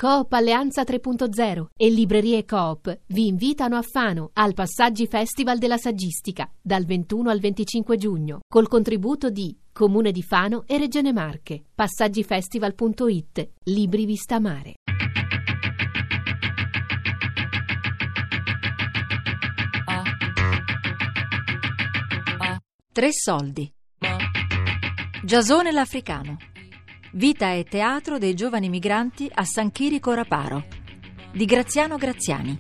Coop Alleanza 3.0 e Librerie Coop vi invitano a Fano al Passaggi Festival della Saggistica dal 21 al 25 giugno col contributo di Comune di Fano e Regione Marche. Passaggifestival.it. Libri vista mare. Tre soldi. Giasone l'Africano. Vita e teatro dei giovani migranti a San Chirico Raparo di Graziano Graziani.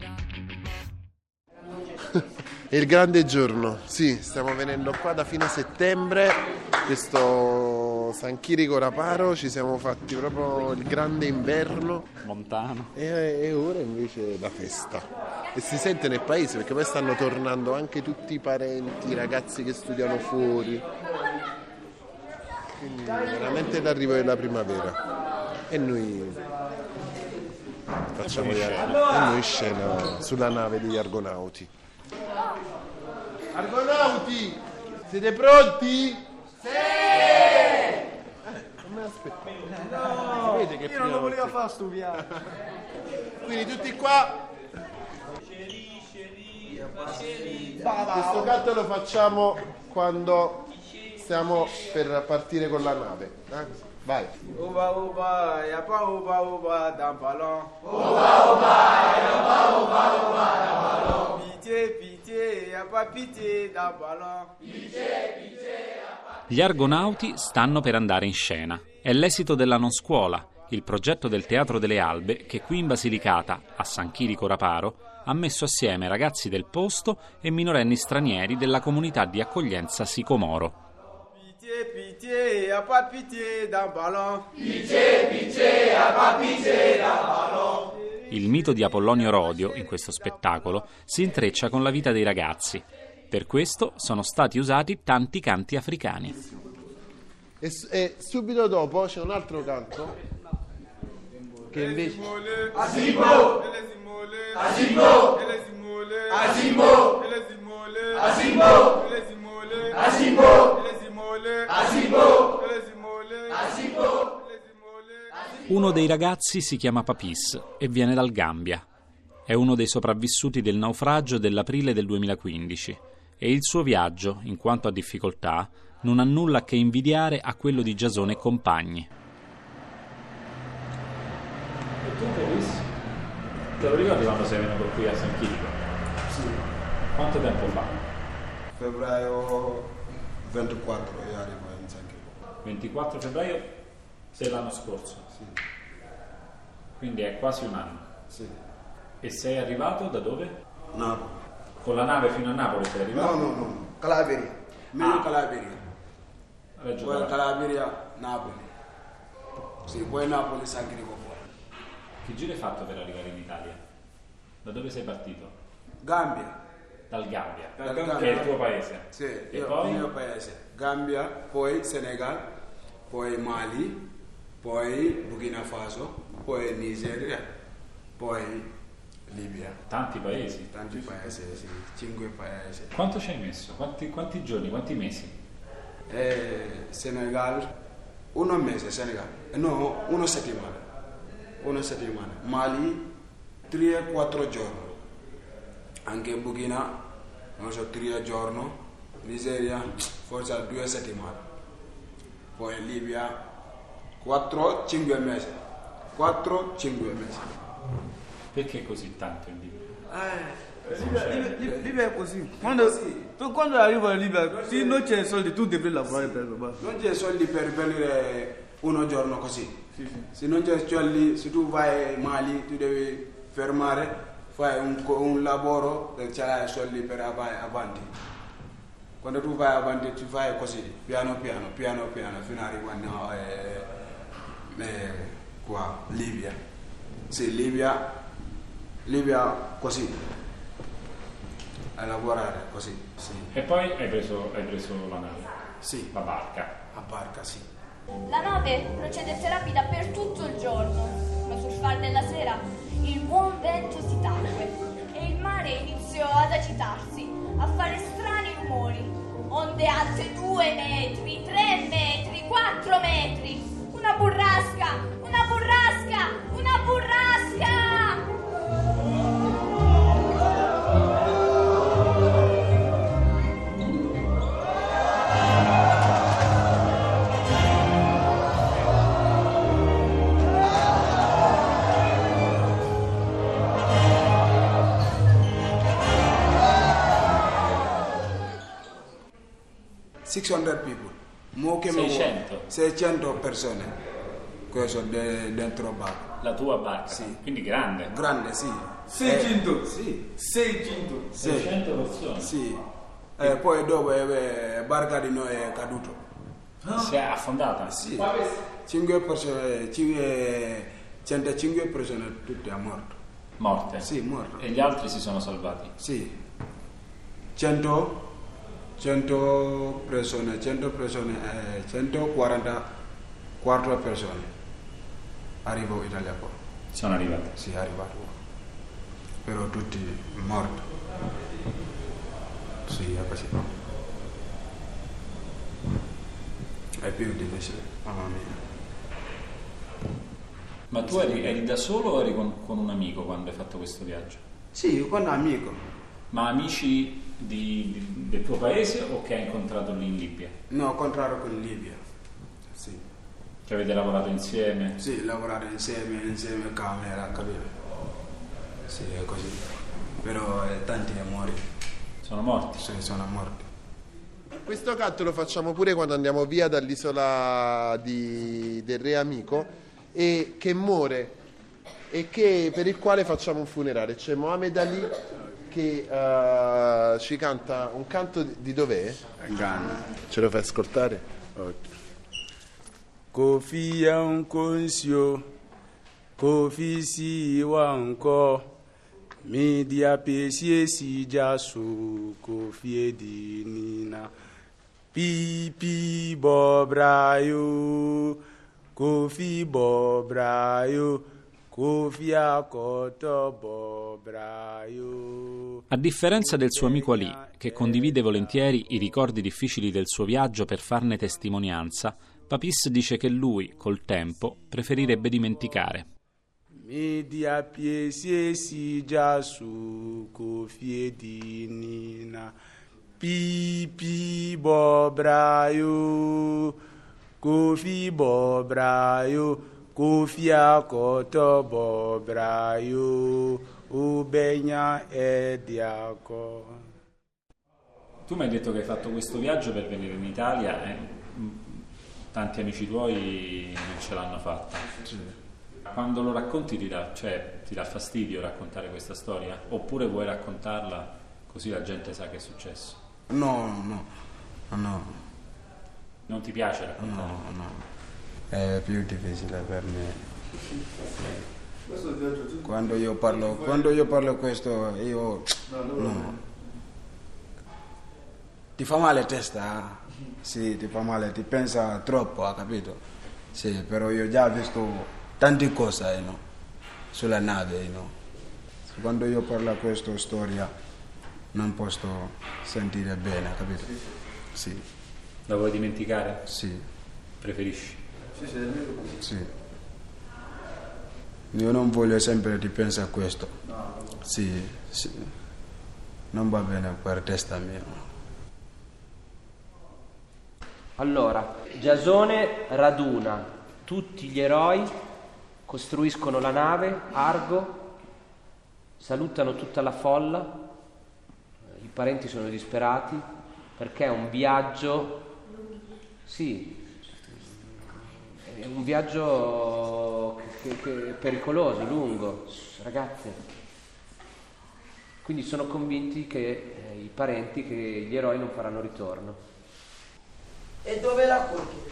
È il grande giorno, sì, stiamo venendo qua da fine settembre, questo San Chirico Raparo, ci siamo fatti proprio il grande inverno montano e ora invece la festa. E si sente nel paese perché poi stanno tornando anche tutti i parenti, i ragazzi che studiano fuori. Quindi veramente l'arrivo della primavera e noi facciamo scena sulla nave degli Argonauti. Argonauti, siete pronti? Sì! Non me l'aspetto. No, vede che io non lo volevo fare sto viaggio. Quindi tutti qua. Questo canto lo facciamo quando stiamo per partire con la nave. Vai. Oba oba, y'a pas oba oba dans ballon. Oba oba, y'a pas oba oba dans ballon. Pitié, pitié, y'a pas pitié dans ballon. Pitié, pitié, y'a pas. Gli Argonauti stanno per andare in scena. È l'esito della Non Scuola, il progetto del Teatro delle Albe che qui in Basilicata, a San Chirico Raparo, ha messo assieme ragazzi del posto e minorenni stranieri della comunità di accoglienza Sicomoro. Pitié, pitié, y'a pas pitié dans ballon. Pitié, pitié, y'a pas pitié dans ballon. Il mito di Apollonio Rodio, in questo spettacolo, si intreccia con la vita dei ragazzi. Per questo sono stati usati tanti canti africani. E subito dopo c'è un altro canto che invece... Asimbo! Asimbo! Asimbo! Asimbo! Asimbo! Uno dei ragazzi si chiama Papis e viene dal Gambia. È uno dei sopravvissuti del naufragio dell'aprile del 2015 e il suo viaggio, in quanto a difficoltà, non ha nulla che invidiare a quello di Giasone e compagni. E tu, Papis? Te lo ricordi quando sei venuto qui a San Chirico? Sì. Quanto tempo fa? Febbraio 24 io arrivo in San Chirico. 24 febbraio sei l'anno scorso? Sì. Quindi è quasi un anno? Sì. E sei arrivato da dove? Napoli. Con la nave fino a Napoli sei arrivato? No. Calabria. Meglio Calabria. Poi Calabria, Napoli. Sì, poi Napoli, San Chirico fuori. Che giro hai fatto per arrivare in Italia? Da dove sei partito? Gambia. Dal Gambia, Gambia. che è il tuo paese. Sì, E poi? il mio paese. Gambia, poi Senegal, poi Mali, poi Burkina Faso, poi Nigeria, poi Libia. Tanti paesi. Tanti paesi, sì, 5 paesi. Quanto ci hai messo? Quanti giorni, quanti mesi? Senegal, un mese Senegal. No, una settimana. Mali, 3-4 giorni. Anche Burkina, non so, 3 giorni. Nigeria, forse 2 settimane. Poi Libia, 4-5 mesi. 4-5 mesi. Perché così tanto in Libia? Libia è così. Quando arrivo in Libia, se non c'è soldi, tu devi lavorare per basta. Non c'è soldi per venire un giorno così. Sì. Se non c'è soldi, se tu vai in Mali, tu devi fermare, fai un lavoro e c'hai soldi per andare avanti. Quando tu vai avanti, tu fai così, piano piano, fino a arrivare qua, Libia. Sì, Libia così. A lavorare così, sì. E poi hai preso la nave? Sì. La barca? A barca, sì. La nave procedette rapida per tutto il giorno, ma sul far della sera il buon vento si tacque e il mare iniziò ad agitarsi, a fare strani rumori, onde alte 2 metri, 3 metri, 4 metri, una burrasca, burrasca! Una burrasca! 600 people. 600 persone. Questo dentro barca. La tua barca? Sì. Quindi grande? Grande, sì. 600? Sì. 600? 600 persone? Sì. Poi dopo la barca di noi è caduta. Si è affondata? Sì. 5 persone, 105 persone tutte morte. Morte? Sì, morte. E gli altri si sono salvati? Sì. 100 persone, 144 persone arrivano in Italia qua. Sono arrivati? Sì, arrivato. Però tutti morti. Sì, è così. È più difficile, mamma mia. Ma tu eri da solo o eri con un amico quando hai fatto questo viaggio? Sì, con un amico. Ma amici del tuo paese o che hai incontrato lì in Libia? No, ho incontrato con Libia. Sì. Che avete lavorato insieme? Sì, lavorare insieme camera, capito? Sì, è così. Però tanti amori. Sono morti? Sì, sono morti. Questo canto lo facciamo pure quando andiamo via dall'isola del re amico e che muore e per il quale facciamo un funerale. C'è Mohamed Ali che ci canta un canto di dov'è? Ghana. Ce lo fai ascoltare? Okay. Kofi Yankonsio, Kofi Siwanko, Media Pesie Sijasu, Kofi Edinina, Pipi Bobrayo, Kofi Bobrayo, Kofi Akoto Bobrayo. A differenza del suo amico Ali, che condivide volentieri i ricordi difficili del suo viaggio per farne testimonianza, Papis dice che lui, col tempo, preferirebbe dimenticare. Media Pesie Sijasu, Kofi Edinina, Pipi Bobrayo, Kofi Bobrayo, Kofi Akoto Bobrayo, Ubenya Ediako. Tu mi hai detto che hai fatto questo viaggio per venire in Italia e tanti amici tuoi non ce l'hanno fatta. Sì. Quando lo racconti ti dà fastidio raccontare questa storia? Oppure vuoi raccontarla così la gente sa che è successo? No. Non ti piace raccontare? No. È più difficile per me. Quando io parlo questo, io no. Ti fa male testa? Sì, ti fa male, ti pensa troppo, ha capito? Sì, però io già ho visto tante cose, no? Sulla nave, no? Quando io parlo questa storia non posso sentire bene, capito? Sì. La vuoi dimenticare? Sì. Preferisci? Sì. Io non voglio sempre di pensare a questo. Sì. Non va bene per testa mia. Allora, Giasone raduna tutti gli eroi, costruiscono la nave, Argo, salutano tutta la folla, i parenti sono disperati perché è un viaggio, sì, è un viaggio che è pericoloso, lungo, ragazze. Quindi sono convinti che i parenti, che gli eroi non faranno ritorno. E dove la Colchide?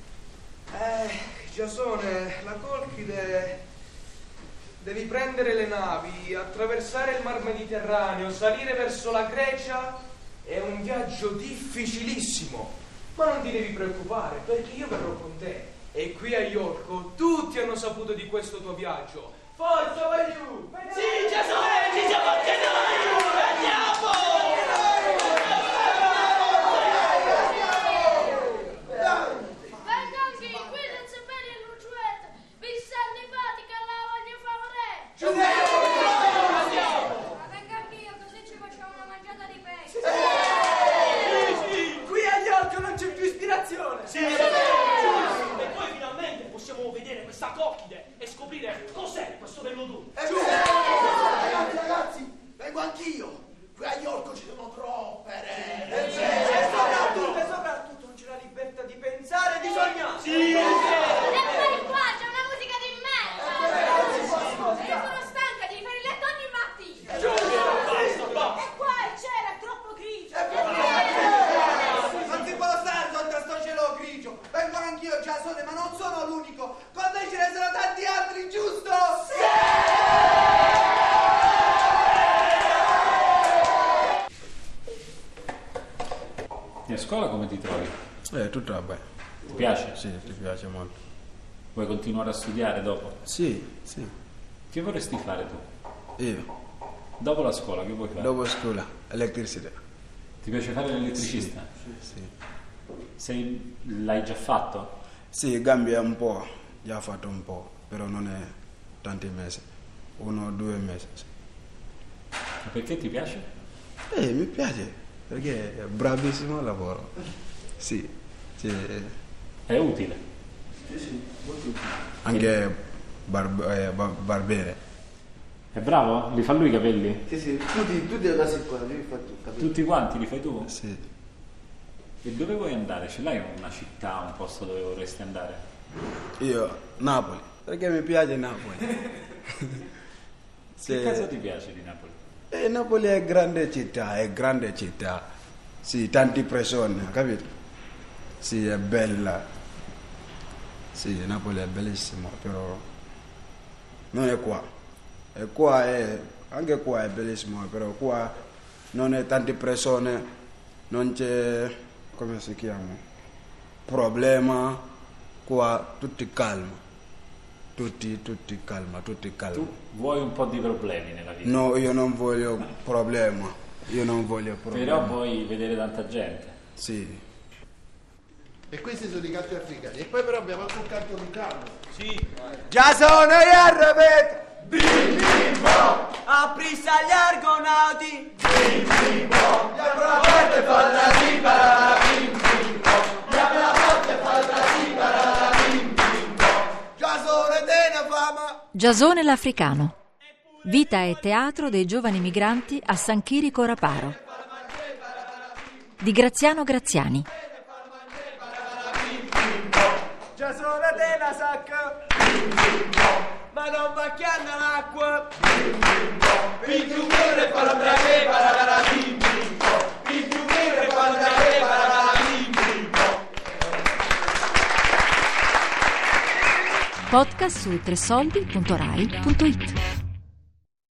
Giasone, la Colchide... Devi prendere le navi, attraversare il Mar Mediterraneo, salire verso la Grecia. È un viaggio difficilissimo. Ma non ti devi preoccupare, perché io verrò con te. E qui a Iorco tutti hanno saputo di questo tuo viaggio. Forza, vai giù! Sì, Giasone, ci siamo anche noi! Andiamo! Venga anche qui, senza bene e Lucietta. Vi stanno in pratica Ma venga anch'io, così ci facciamo una mangiata di pesce. Sì, qui agli occhi non c'è più ispirazione. Sì. E poi finalmente possiamo vedere questa coccide e scoprire cos'è questo velluto. Ragazzi, vengo anch'io. Qui a Iorco ci sono troppe E soprattutto non c'è la libertà di pensare e di sognare. Sì. E poi qua c'è una musica di merda. E io sono stanca di rifare il letto ogni mattina. Basta. E qua il cielo è troppo grigio. Non si può stare sotto sto cielo grigio. Vengo anch'io, Giasone, ma non sono l'unico. Con noi ce ne sono tanti altri, giusto? E a scuola come ti trovi? Tutto va bene. Ti piace? Sì, ti piace molto. Vuoi continuare a studiare dopo? Sì. Che vorresti fare tu? Io, Dopo la scuola che vuoi fare? dopo scuola, elettricità. Ti piace fare l'elettricista? L'hai già fatto? Sì, cambia un po', già fatto un po', però non è tanti mesi, 1 o 2 mesi. Sì. Ma perché ti piace? Mi piace, perché è bravissimo al lavoro. Sì. È utile. Sì, molto utile. Anche barbiere. È bravo? Li fa lui i capelli? Sì, tutti le cose qua, lui fa tutto. Tutti quanti li fai tu? Sì. E dove vuoi andare? Ce l'hai una città, un posto dove vorresti andare? Io, Napoli, perché mi piace Napoli. Che cosa ti piace di Napoli? Napoli è grande città. Sì, tante persone, capito? Sì, è bella. Sì, Napoli è bellissimo, però non è qua. Anche qua è bellissimo, però qua non è tante persone, non c'è, come si chiama, problema, qua tutti calma. Tutti calma. Tu vuoi un po' di problemi nella vita? No, io non voglio problema. Però vuoi vedere tanta gente? Sì. E questi sono i canti africani. E poi però abbiamo anche un canto lucano. Sì. Giasone e arrabete. Bimbo, aprisse agli argonauti. Bimbo, gli apro la porta e fa la libera. Bimbo, gli apro la porta e fa la libera. Bimbo, Giasone te ne fama. Giasone l'Africano. Vita e teatro dei giovani migranti a San Chirico Raparo. Di Graziano Graziani. Giasone te la sacca. Ma non macchiando l'acqua. Il chiumere fa la breve para la bimbo. Il chiumere fa la breve para la bimbo. Podcast su tresoldi.rai.it.